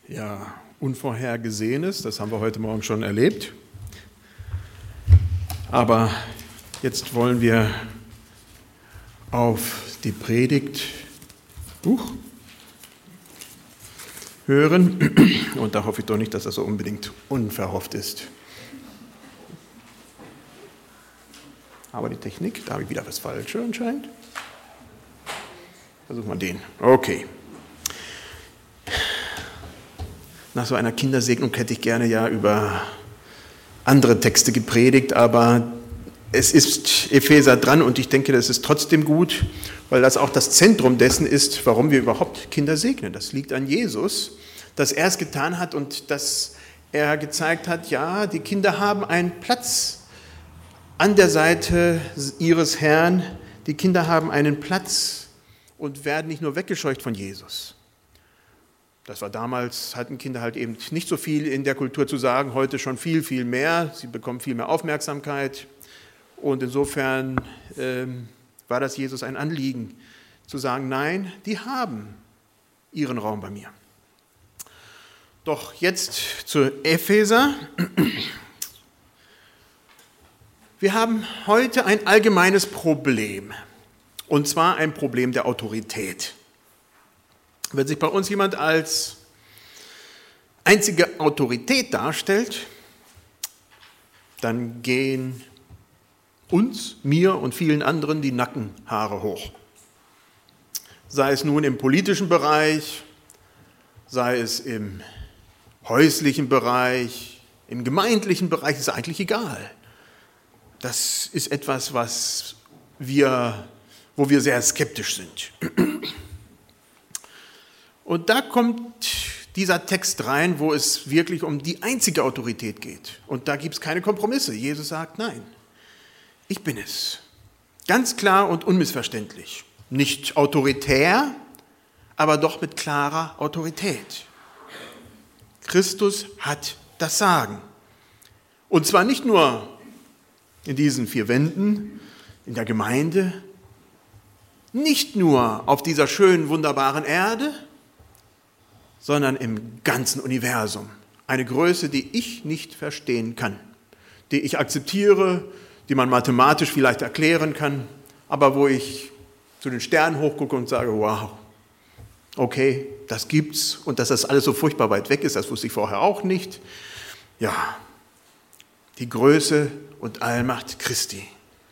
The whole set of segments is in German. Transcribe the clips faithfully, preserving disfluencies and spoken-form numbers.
ja, Unvorhergesehenes, das haben wir heute Morgen schon erlebt. Aber jetzt wollen wir auf die Predigt Buch hören. Und da hoffe ich doch nicht, dass das so unbedingt unverhofft ist. Aber die Technik, da habe ich wieder was Falsches anscheinend. Versuchen wir den. Okay. Nach so einer Kindersegnung hätte ich gerne ja über andere Texte gepredigt, aber es ist Epheser dran und ich denke, das ist trotzdem gut, weil das auch das Zentrum dessen ist, warum wir überhaupt Kinder segnen. Das liegt an Jesus, dass er es getan hat und dass er gezeigt hat, ja, die Kinder haben einen Platz an der Seite ihres Herrn. Die Kinder haben einen Platz und werden nicht nur weggescheucht von Jesus. Das war damals, hatten Kinder halt eben nicht so viel in der Kultur zu sagen, heute schon viel, viel mehr. Sie bekommen viel mehr Aufmerksamkeit. Und insofern ähm, war das Jesus ein Anliegen, zu sagen, nein, die haben ihren Raum bei mir. Doch jetzt zu Epheser. Wir haben heute ein allgemeines Problem, und zwar ein Problem der Autorität. Wenn sich bei uns jemand als einzige Autorität darstellt, dann gehen uns, mir und vielen anderen die Nackenhaare hoch. Sei es nun im politischen Bereich, sei es im häuslichen Bereich, im gemeindlichen Bereich, ist eigentlich egal. Das ist etwas, was wir, wo wir sehr skeptisch sind. Und da kommt dieser Text rein, wo es wirklich um die einzige Autorität geht. Und da gibt es keine Kompromisse. Jesus sagt, nein, ich bin es. Ganz klar und unmissverständlich. Nicht autoritär, aber doch mit klarer Autorität. Christus hat das Sagen. Und zwar nicht nur in diesen vier Wänden, in der Gemeinde, nicht nur auf dieser schönen, wunderbaren Erde, sondern im ganzen Universum. Eine Größe, die ich nicht verstehen kann, die ich akzeptiere, die man mathematisch vielleicht erklären kann, aber wo ich zu den Sternen hochgucke und sage, wow, okay, das gibt's und dass das alles so furchtbar weit weg ist, das wusste ich vorher auch nicht. Ja, die Größe und Allmacht Christi.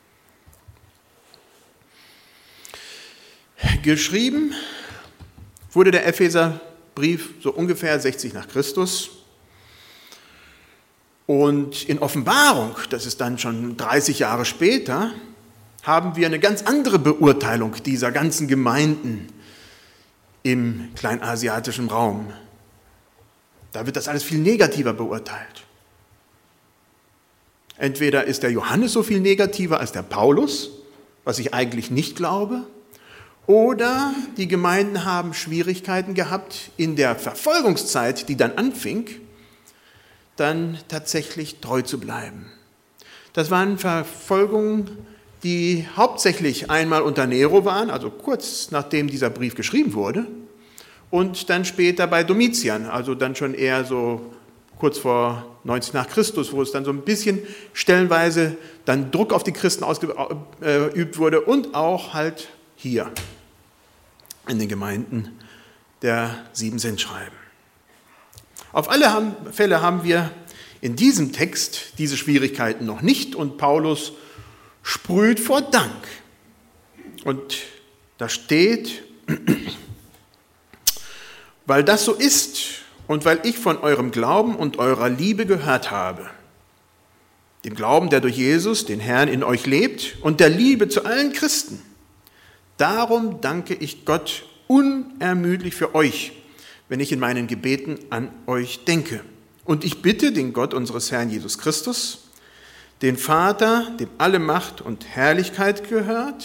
Geschrieben wurde der Epheserbrief so ungefähr sechzig nach Christus. Und in Offenbarung, das ist dann schon dreißig Jahre später, haben wir eine ganz andere Beurteilung dieser ganzen Gemeinden im kleinasiatischen Raum. Da wird das alles viel negativer beurteilt. Entweder ist der Johannes so viel negativer als der Paulus, was ich eigentlich nicht glaube, oder die Gemeinden haben Schwierigkeiten gehabt, in der Verfolgungszeit, die dann anfing, dann tatsächlich treu zu bleiben. Das waren Verfolgungen, die hauptsächlich einmal unter Nero waren, also kurz nachdem dieser Brief geschrieben wurde, und dann später bei Domitian, also dann schon eher so kurz vor neunzig nach Christus, wo es dann so ein bisschen stellenweise dann Druck auf die Christen ausgeübt wurde und auch halt hier in den Gemeinden der sieben Sendschreiben. Auf alle Fälle haben wir in diesem Text diese Schwierigkeiten noch nicht und Paulus sprüht vor Dank. Und da steht, weil das so ist und weil ich von eurem Glauben und eurer Liebe gehört habe, dem Glauben, der durch Jesus, den Herrn, in euch lebt und der Liebe zu allen Christen, darum danke ich Gott unermüdlich für euch, wenn ich in meinen Gebeten an euch denke. Und ich bitte den Gott unseres Herrn Jesus Christus, den Vater, dem alle Macht und Herrlichkeit gehört,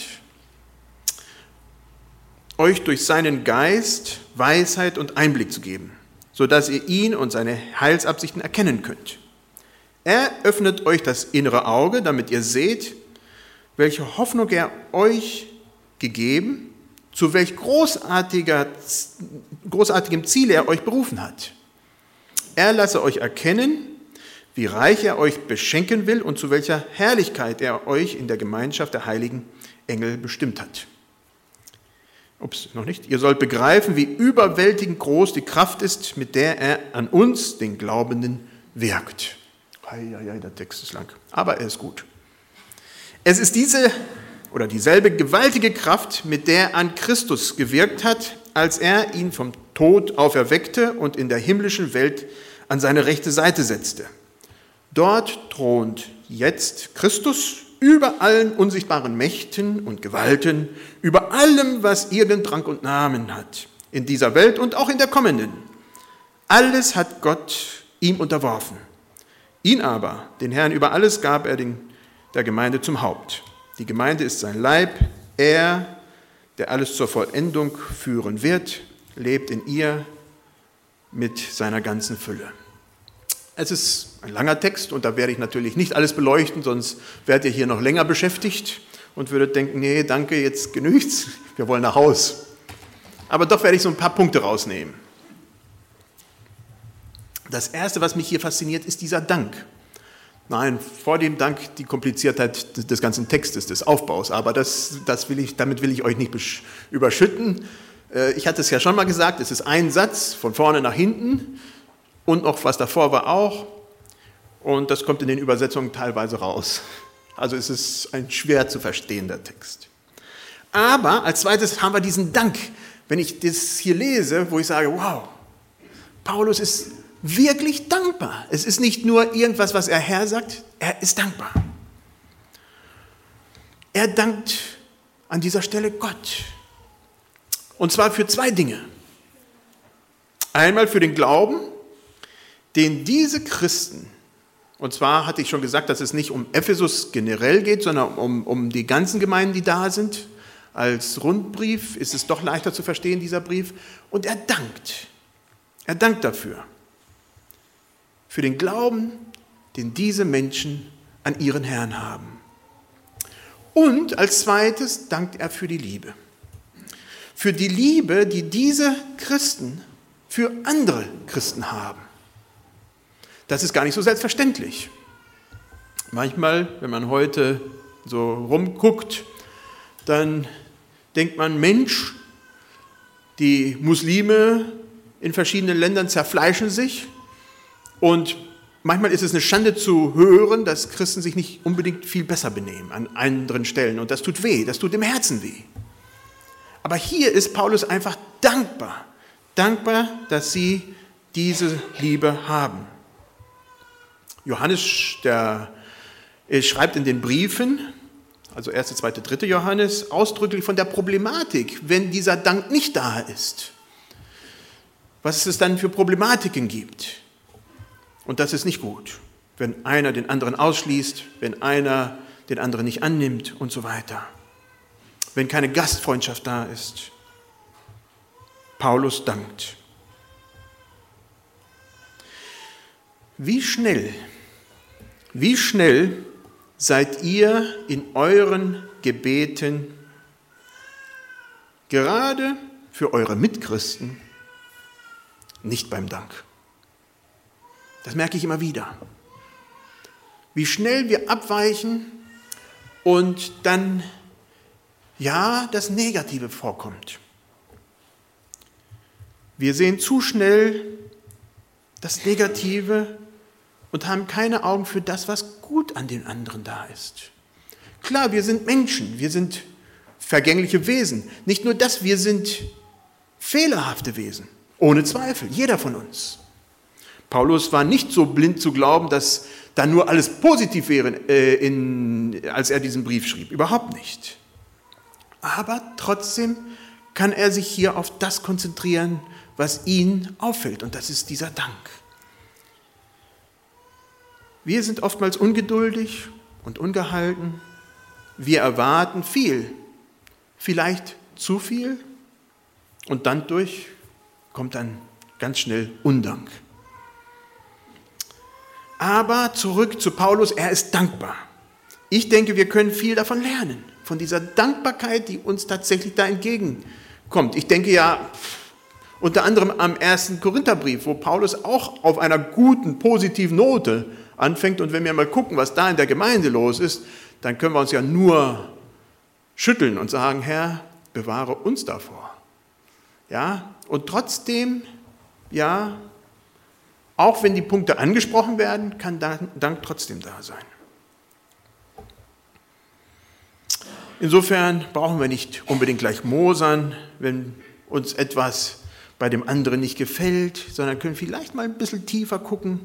euch durch seinen Geist Weisheit und Einblick zu geben, sodass ihr ihn und seine Heilsabsichten erkennen könnt. Er öffnet euch das innere Auge, damit ihr seht, welche Hoffnung er euch gegeben, zu welch großartiger, großartigem Ziel er euch berufen hat. Er lasse euch erkennen, wie reich er euch beschenken will und zu welcher Herrlichkeit er euch in der Gemeinschaft der heiligen Engel bestimmt hat. Ups, noch nicht. Ihr sollt begreifen, wie überwältigend groß die Kraft ist, mit der er an uns, den Glaubenden, wirkt. Eieiei, der Text ist lang, aber er ist gut. Es ist diese oder dieselbe gewaltige Kraft, mit der er an Christus gewirkt hat, als er ihn vom Tod auferweckte und in der himmlischen Welt an seine rechte Seite setzte. Dort thront jetzt Christus über allen unsichtbaren Mächten und Gewalten, über allem, was irgend Rang und Namen hat, in dieser Welt und auch in der kommenden. Alles hat Gott ihm unterworfen. Ihn aber, den Herrn über alles, gab er den, der Gemeinde zum Haupt. Die Gemeinde ist sein Leib, er, der alles zur Vollendung führen wird, lebt in ihr mit seiner ganzen Fülle. Es ist ein langer Text und da werde ich natürlich nicht alles beleuchten, sonst werdet ihr hier noch länger beschäftigt und würdet denken, nee, danke, jetzt genügt's, wir wollen nach Haus. Aber doch werde ich so ein paar Punkte rausnehmen. Das Erste, was mich hier fasziniert, ist dieser Dank. Nein, vor dem Dank die Kompliziertheit des ganzen Textes, des Aufbaus, aber das, das will ich, damit will ich euch nicht überschütten. Ich hatte es ja schon mal gesagt, es ist ein Satz von vorne nach hinten und noch was davor war auch und das kommt in den Übersetzungen teilweise raus. Also es ist ein schwer zu verstehender Text. Aber als zweites haben wir diesen Dank, wenn ich das hier lese, wo ich sage, wow, Paulus ist wirklich dankbar. Es ist nicht nur irgendwas, was er hersagt, er ist dankbar. Er dankt an dieser Stelle Gott. Und zwar für zwei Dinge. Einmal für den Glauben, den diese Christen, und zwar hatte ich schon gesagt, dass es nicht um Ephesus generell geht, sondern um, um die ganzen Gemeinden, die da sind. Als Rundbrief ist es doch leichter zu verstehen, dieser Brief. Und er dankt. Er dankt dafür. Für den Glauben, den diese Menschen an ihren Herrn haben. Und als zweites dankt er für die Liebe. Für die Liebe, die diese Christen für andere Christen haben. Das ist gar nicht so selbstverständlich. Manchmal, wenn man heute so rumguckt, dann denkt man, Mensch, die Muslime in verschiedenen Ländern zerfleischen sich. Und manchmal ist es eine Schande zu hören, dass Christen sich nicht unbedingt viel besser benehmen an anderen Stellen. Und das tut weh, das tut dem Herzen weh. Aber hier ist Paulus einfach dankbar. Dankbar, dass sie diese Liebe haben. Johannes, der schreibt in den Briefen, also erste, zweite, dritte Johannes, ausdrücklich von der Problematik, wenn dieser Dank nicht da ist. Was es dann für Problematiken gibt. Und das ist nicht gut, wenn einer den anderen ausschließt, wenn einer den anderen nicht annimmt und so weiter. Wenn keine Gastfreundschaft da ist. Paulus dankt. Wie schnell, wie schnell seid ihr in euren Gebeten gerade für eure Mitchristen nicht beim Dank? Das merke ich immer wieder. Wie schnell wir abweichen und dann, ja, das Negative vorkommt. Wir sehen zu schnell das Negative und haben keine Augen für das, was gut an den anderen da ist. Klar, wir sind Menschen, wir sind vergängliche Wesen. Nicht nur das, wir sind fehlerhafte Wesen, ohne Zweifel, jeder von uns. Paulus war nicht so blind zu glauben, dass da nur alles positiv wäre, äh, in, als er diesen Brief schrieb. Überhaupt nicht. Aber trotzdem kann er sich hier auf das konzentrieren, was ihn auffällt. Und das ist dieser Dank. Wir sind oftmals ungeduldig und ungehalten. Wir erwarten viel, vielleicht zu viel. Und dann durch kommt dann ganz schnell Undank. Aber zurück zu Paulus, er ist dankbar. Ich denke, wir können viel davon lernen, von dieser Dankbarkeit, die uns tatsächlich da entgegenkommt. Ich denke ja, Unter anderem am ersten Korintherbrief, wo Paulus auch auf einer guten, positiven Note anfängt. Und wenn wir mal gucken, was da in der Gemeinde los ist, dann können wir uns ja nur schütteln und sagen, Herr, bewahre uns davor. Ja, und trotzdem, ja, auch wenn die Punkte angesprochen werden, kann Dank trotzdem da sein. Insofern brauchen wir nicht unbedingt gleich mosern, wenn uns etwas bei dem anderen nicht gefällt, sondern können vielleicht mal ein bisschen tiefer gucken.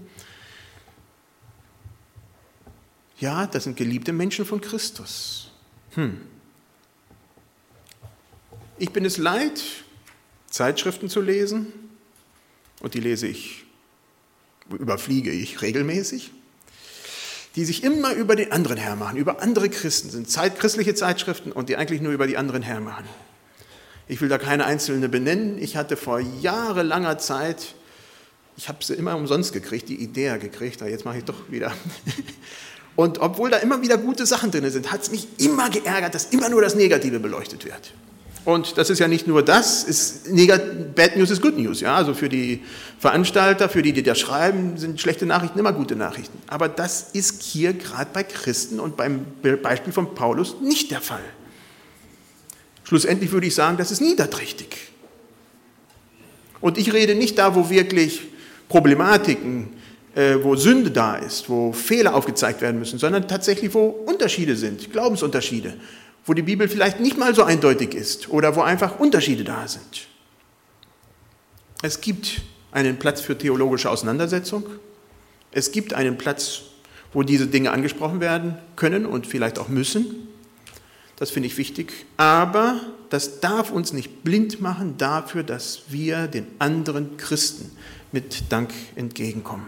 Ja, das sind geliebte Menschen von Christus. Hm. Ich bin es leid, Zeitschriften zu lesen, und die lese ich, überfliege ich regelmäßig, die sich immer über den anderen hermachen, über andere Christen, sind Zeit, christliche Zeitschriften und die eigentlich nur über die anderen hermachen. Ich will da keine einzelne benennen. Ich hatte vor jahrelanger Zeit, ich habe sie immer umsonst gekriegt, die Idee gekriegt, jetzt mache ich doch wieder. Und obwohl da immer wieder gute Sachen drin sind, hat es mich immer geärgert, dass immer nur das Negative beleuchtet wird. Und das ist ja nicht nur das, ist Bad News is Good News. Ja? Also für die Veranstalter, für die, die das schreiben, sind schlechte Nachrichten immer gute Nachrichten. Aber das ist hier gerade bei Christen und beim Beispiel von Paulus nicht der Fall. Schlussendlich würde ich sagen, das ist niederträchtig. Und ich rede nicht da, wo wirklich Problematiken, äh, wo Sünde da ist, wo Fehler aufgezeigt werden müssen, sondern tatsächlich, wo Unterschiede sind, Glaubensunterschiede, wo die Bibel vielleicht nicht mal so eindeutig ist oder wo einfach Unterschiede da sind. Es gibt einen Platz für theologische Auseinandersetzung. Es gibt einen Platz, wo diese Dinge angesprochen werden können und vielleicht auch müssen. Das finde ich wichtig. Aber das darf uns nicht blind machen dafür, dass wir den anderen Christen mit Dank entgegenkommen.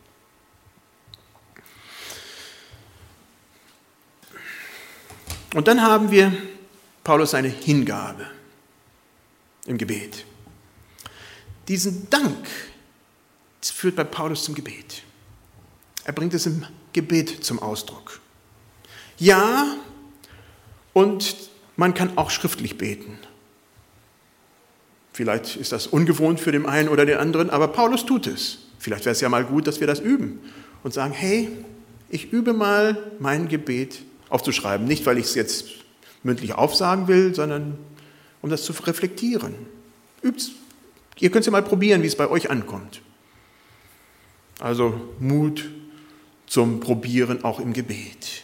Und dann haben wir Paulus seine Hingabe im Gebet. Diesen Dank führt bei Paulus zum Gebet. Er bringt es im Gebet zum Ausdruck. Ja, und man kann auch schriftlich beten. Vielleicht ist das ungewohnt für den einen oder den anderen, aber Paulus tut es. Vielleicht wäre es ja mal gut, dass wir das üben und sagen, hey, ich übe mal mein Gebet aufzuschreiben. Nicht, weil ich es jetzt mündlich aufsagen will, sondern um das zu reflektieren. Übt's. Ihr könnt es ja mal probieren, wie es bei euch ankommt. Also Mut zum Probieren auch im Gebet.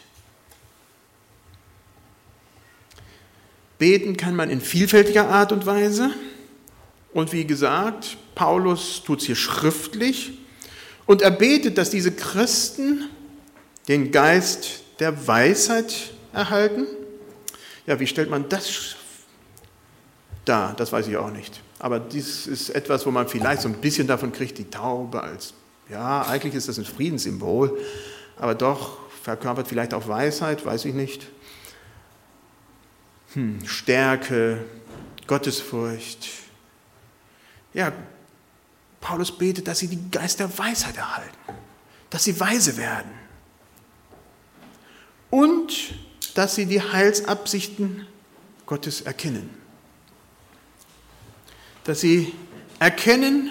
Beten kann man in vielfältiger Art und Weise. Und wie gesagt, Paulus tut es hier schriftlich. Und er betet, dass diese Christen den Geist der Weisheit erhalten. Ja, wie stellt man das dar? Das weiß ich auch nicht. Aber dies ist etwas, wo man vielleicht so ein bisschen davon kriegt, die Taube als, ja, eigentlich ist das ein Friedenssymbol, aber doch verkörpert vielleicht auch Weisheit, weiß ich nicht. Hm, Stärke, Gottesfurcht. Ja, Paulus betet, dass sie den Geist der Weisheit erhalten, dass sie weise werden. Und dass sie die Heilsabsichten Gottes erkennen. Dass sie erkennen,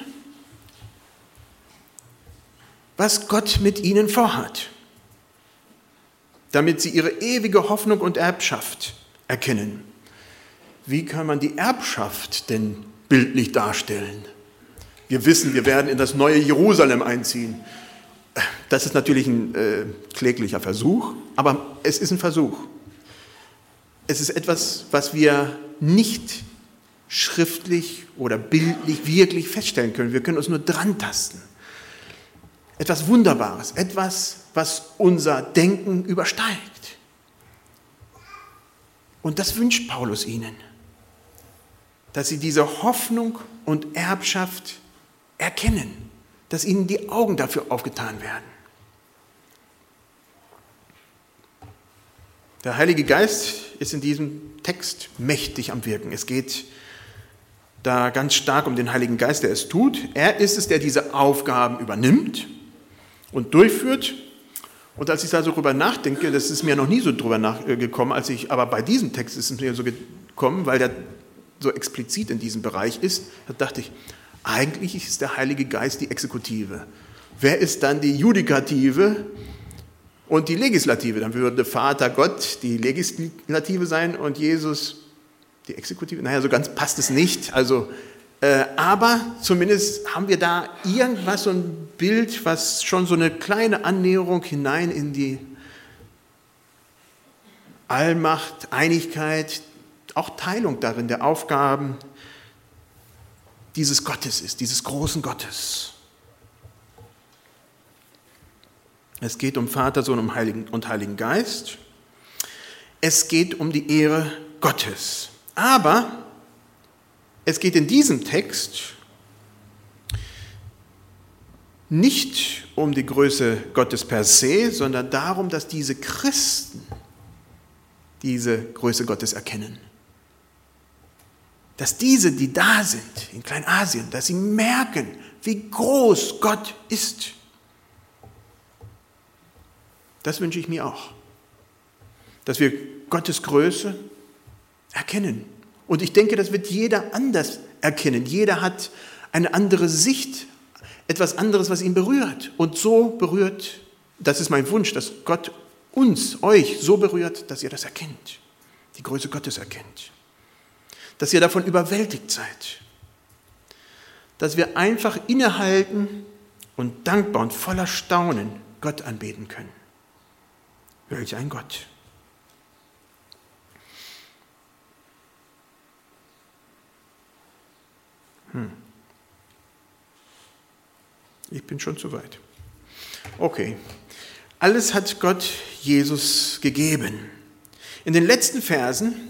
was Gott mit ihnen vorhat, damit sie ihre ewige Hoffnung und Erbschaft erkennen. Wie kann man die Erbschaft denn bildlich darstellen? Wir wissen, wir werden in das neue Jerusalem einziehen. Das ist natürlich ein äh, kläglicher Versuch, aber es ist ein Versuch. Es ist etwas, was wir nicht schriftlich oder bildlich wirklich feststellen können. Wir können uns nur dran tasten. Etwas Wunderbares, etwas, was unser Denken übersteigt. Und das wünscht Paulus ihnen, dass sie diese Hoffnung und Erbschaft erkennen, dass ihnen die Augen dafür aufgetan werden. Der Heilige Geist ist in diesem Text mächtig am Wirken. Es geht da ganz stark um den Heiligen Geist, der es tut. Er ist es, der diese Aufgaben übernimmt und durchführt. Und als ich da so drüber nachdenke, das ist mir noch nie so drüber nachgekommen, als ich, aber bei diesem Text ist es mir so gekommen, weil der so explizit in diesem Bereich ist, da dachte ich, Eigentlich ist der Heilige Geist die Exekutive. Wer ist dann die Judikative und die Legislative? Dann würde Vater Gott die Legislative sein und Jesus die Exekutive. Naja, so ganz passt es nicht. Also, äh, aber zumindest haben wir da irgendwas, so ein Bild, was schon so eine kleine Annäherung hinein in die Allmacht, Einigkeit, auch Teilung darin der Aufgaben dieses Gottes ist, dieses großen Gottes. Es geht um Vater, Sohn und Heiligen, und Heiligen Geist. Es geht um die Ehre Gottes. Aber es geht in diesem Text nicht um die Größe Gottes per se, sondern darum, dass diese Christen diese Größe Gottes erkennen. Dass diese, die da sind in Kleinasien, dass sie merken, wie groß Gott ist. Das wünsche ich mir auch. Dass wir Gottes Größe erkennen. Und ich denke, das wird jeder anders erkennen. Jeder hat eine andere Sicht, etwas anderes, was ihn berührt. Und so berührt, das ist mein Wunsch, dass Gott uns, euch so berührt, dass ihr das erkennt, die Größe Gottes erkennt. Dass ihr davon überwältigt seid. Dass wir einfach innehalten und dankbar und voller Staunen Gott anbeten können. Welch ein Gott. Hm. Ich bin schon zu weit. Okay. Alles hat Gott Jesus gegeben. In den letzten Versen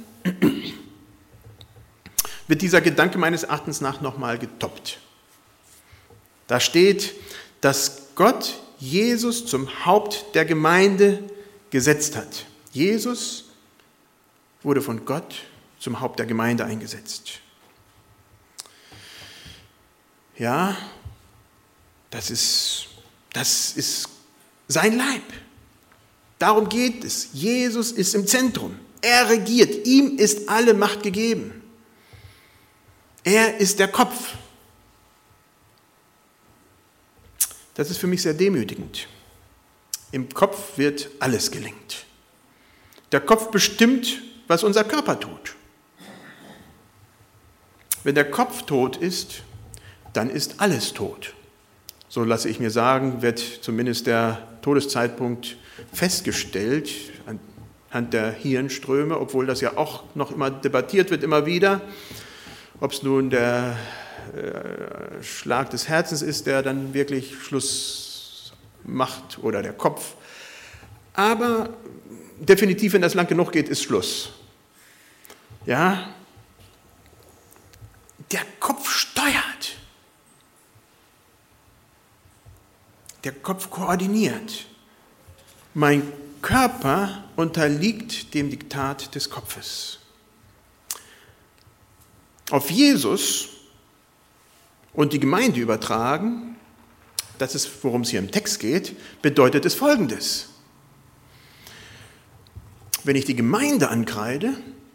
wird dieser Gedanke meines Erachtens nach nochmal getoppt. Da steht, dass Gott Jesus zum Haupt der Gemeinde gesetzt hat. Jesus wurde von Gott zum Haupt der Gemeinde eingesetzt. Ja, das ist, das ist sein Leib. Darum geht es. Jesus ist im Zentrum. Er regiert. Ihm ist alle Macht gegeben. Er ist der Kopf. Das ist für mich sehr demütigend. Im Kopf wird alles gelenkt. Der Kopf bestimmt, was unser Körper tut. Wenn der Kopf tot ist, dann ist alles tot. So lasse ich mir sagen, wird zumindest der Todeszeitpunkt festgestellt anhand der Hirnströme, obwohl das ja auch noch immer debattiert wird, immer wieder, ob es nun der äh, Schlag des Herzens ist, der dann wirklich Schluss macht, oder der Kopf. Aber definitiv, wenn das lang genug geht, ist Schluss. Ja, der Kopf steuert. Der Kopf koordiniert. Mein Körper unterliegt dem Diktat des Kopfes. Auf Jesus und die Gemeinde übertragen, das ist, worum es hier im Text geht, bedeutet es Folgendes. Wenn ich die Gemeinde ankreide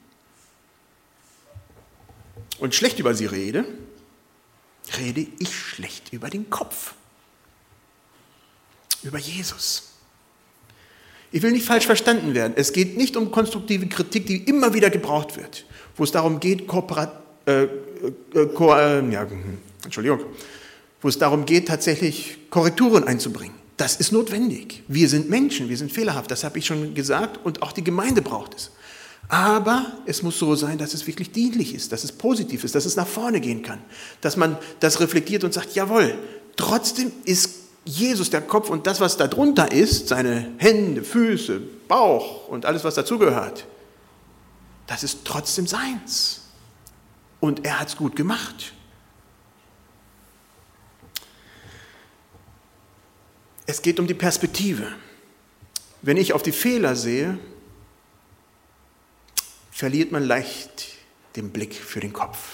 und schlecht über sie rede, rede ich schlecht über den Kopf. Über Jesus. Ich will nicht falsch verstanden werden. Es geht nicht um konstruktive Kritik, die immer wieder gebraucht wird, wo es darum geht, Kooperat, äh, äh, Ko, äh, ja, Entschuldigung, wo es darum geht, tatsächlich Korrekturen einzubringen. Das ist notwendig. Wir sind Menschen, wir sind fehlerhaft, das habe ich schon gesagt, und auch die Gemeinde braucht es. Aber es muss so sein, dass es wirklich dienlich ist, dass es positiv ist, dass es nach vorne gehen kann, dass man das reflektiert und sagt, jawohl, trotzdem ist Jesus der Kopf und das, was da drunter ist, seine Hände, Füße, Bauch und alles, was dazugehört, das ist trotzdem seins. Und er hat es gut gemacht. Es geht um die Perspektive. Wenn ich auf die Fehler sehe, verliert man leicht den Blick für den Kopf.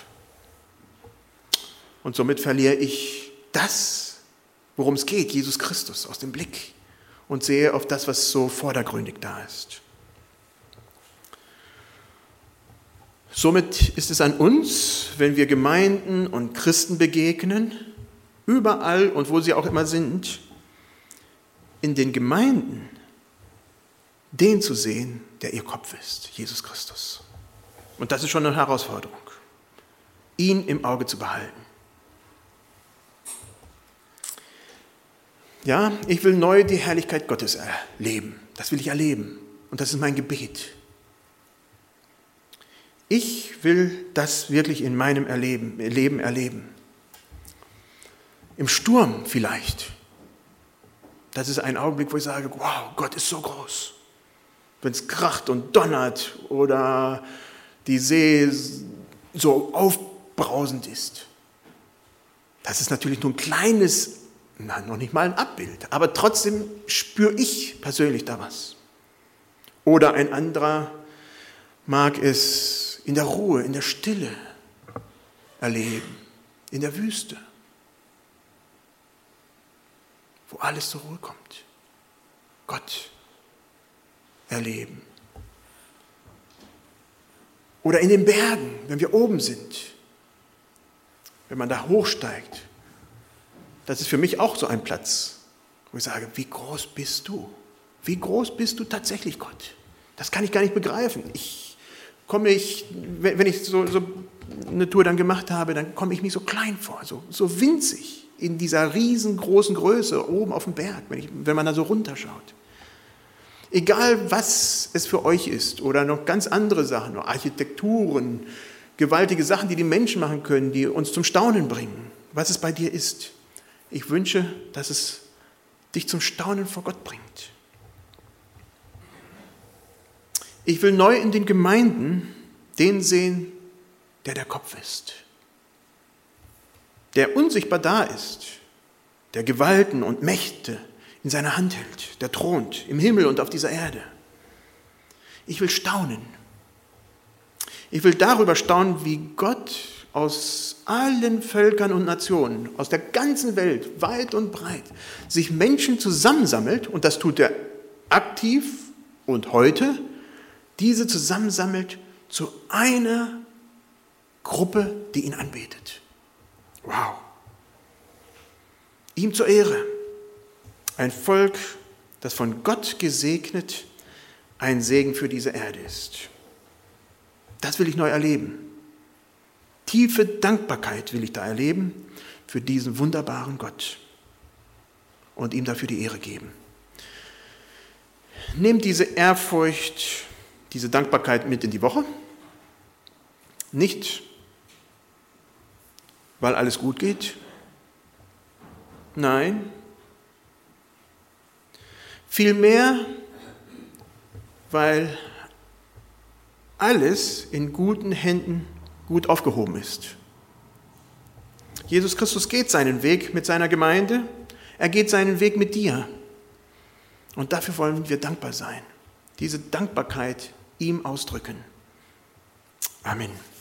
Und somit verliere ich das, worum es geht, Jesus Christus, aus dem Blick und sehe auf das, was so vordergründig da ist. Somit ist es an uns, wenn wir Gemeinden und Christen begegnen, überall und wo sie auch immer sind, in den Gemeinden den zu sehen, der ihr Kopf ist, Jesus Christus. Und das ist schon eine Herausforderung, ihn im Auge zu behalten. Ja, ich will neu die Herrlichkeit Gottes erleben. Das will ich erleben. Und das ist mein Gebet. Ich will das wirklich in meinem Erleben, Leben erleben. Im Sturm vielleicht. Das ist ein Augenblick, wo ich sage, wow, Gott ist so groß. Wenn es kracht und donnert oder die See so aufbrausend ist. Das ist natürlich nur ein kleines, na, noch nicht mal ein Abbild, aber trotzdem spüre ich persönlich da was. Oder ein anderer mag es in der Ruhe, in der Stille erleben, in der Wüste, wo alles zur Ruhe kommt. Gott erleben. Oder in den Bergen, wenn wir oben sind, wenn man da hochsteigt. Das ist für mich auch so ein Platz, wo ich sage, wie groß bist du? Wie groß bist du tatsächlich, Gott? Das kann ich gar nicht begreifen. Ich komme ich, wenn ich so, so eine Tour dann gemacht habe, dann komme ich mir so klein vor, so, so winzig in dieser riesengroßen Größe oben auf dem Berg, wenn, ich, wenn man da so runterschaut. Egal, was es für euch ist oder noch ganz andere Sachen, noch Architekturen, gewaltige Sachen, die die Menschen machen können, die uns zum Staunen bringen, was es bei dir ist. Ich wünsche, dass es dich zum Staunen vor Gott bringt. Ich will neu in den Gemeinden den sehen, der der Kopf ist, der unsichtbar da ist, der Gewalten und Mächte in seiner Hand hält, der thront im Himmel und auf dieser Erde. Ich will staunen. Ich will darüber staunen, wie Gott aus allen Völkern und Nationen, aus der ganzen Welt, weit und breit, sich Menschen zusammensammelt, und das tut er aktiv und heute, diese zusammensammelt zu einer Gruppe, die ihn anbetet. Wow. Ihm zur Ehre. Ein Volk, das von Gott gesegnet ein Segen für diese Erde ist. Das will ich neu erleben. Tiefe Dankbarkeit will ich da erleben für diesen wunderbaren Gott und ihm dafür die Ehre geben. Nehmt diese Ehrfurcht, diese Dankbarkeit mit in die Woche. Nicht, weil alles gut geht. Nein. Vielmehr, weil alles in guten Händen gut aufgehoben ist. Jesus Christus geht seinen Weg mit seiner Gemeinde. Er geht seinen Weg mit dir. Und dafür wollen wir dankbar sein. Diese Dankbarkeit ihm ausdrücken. Amen.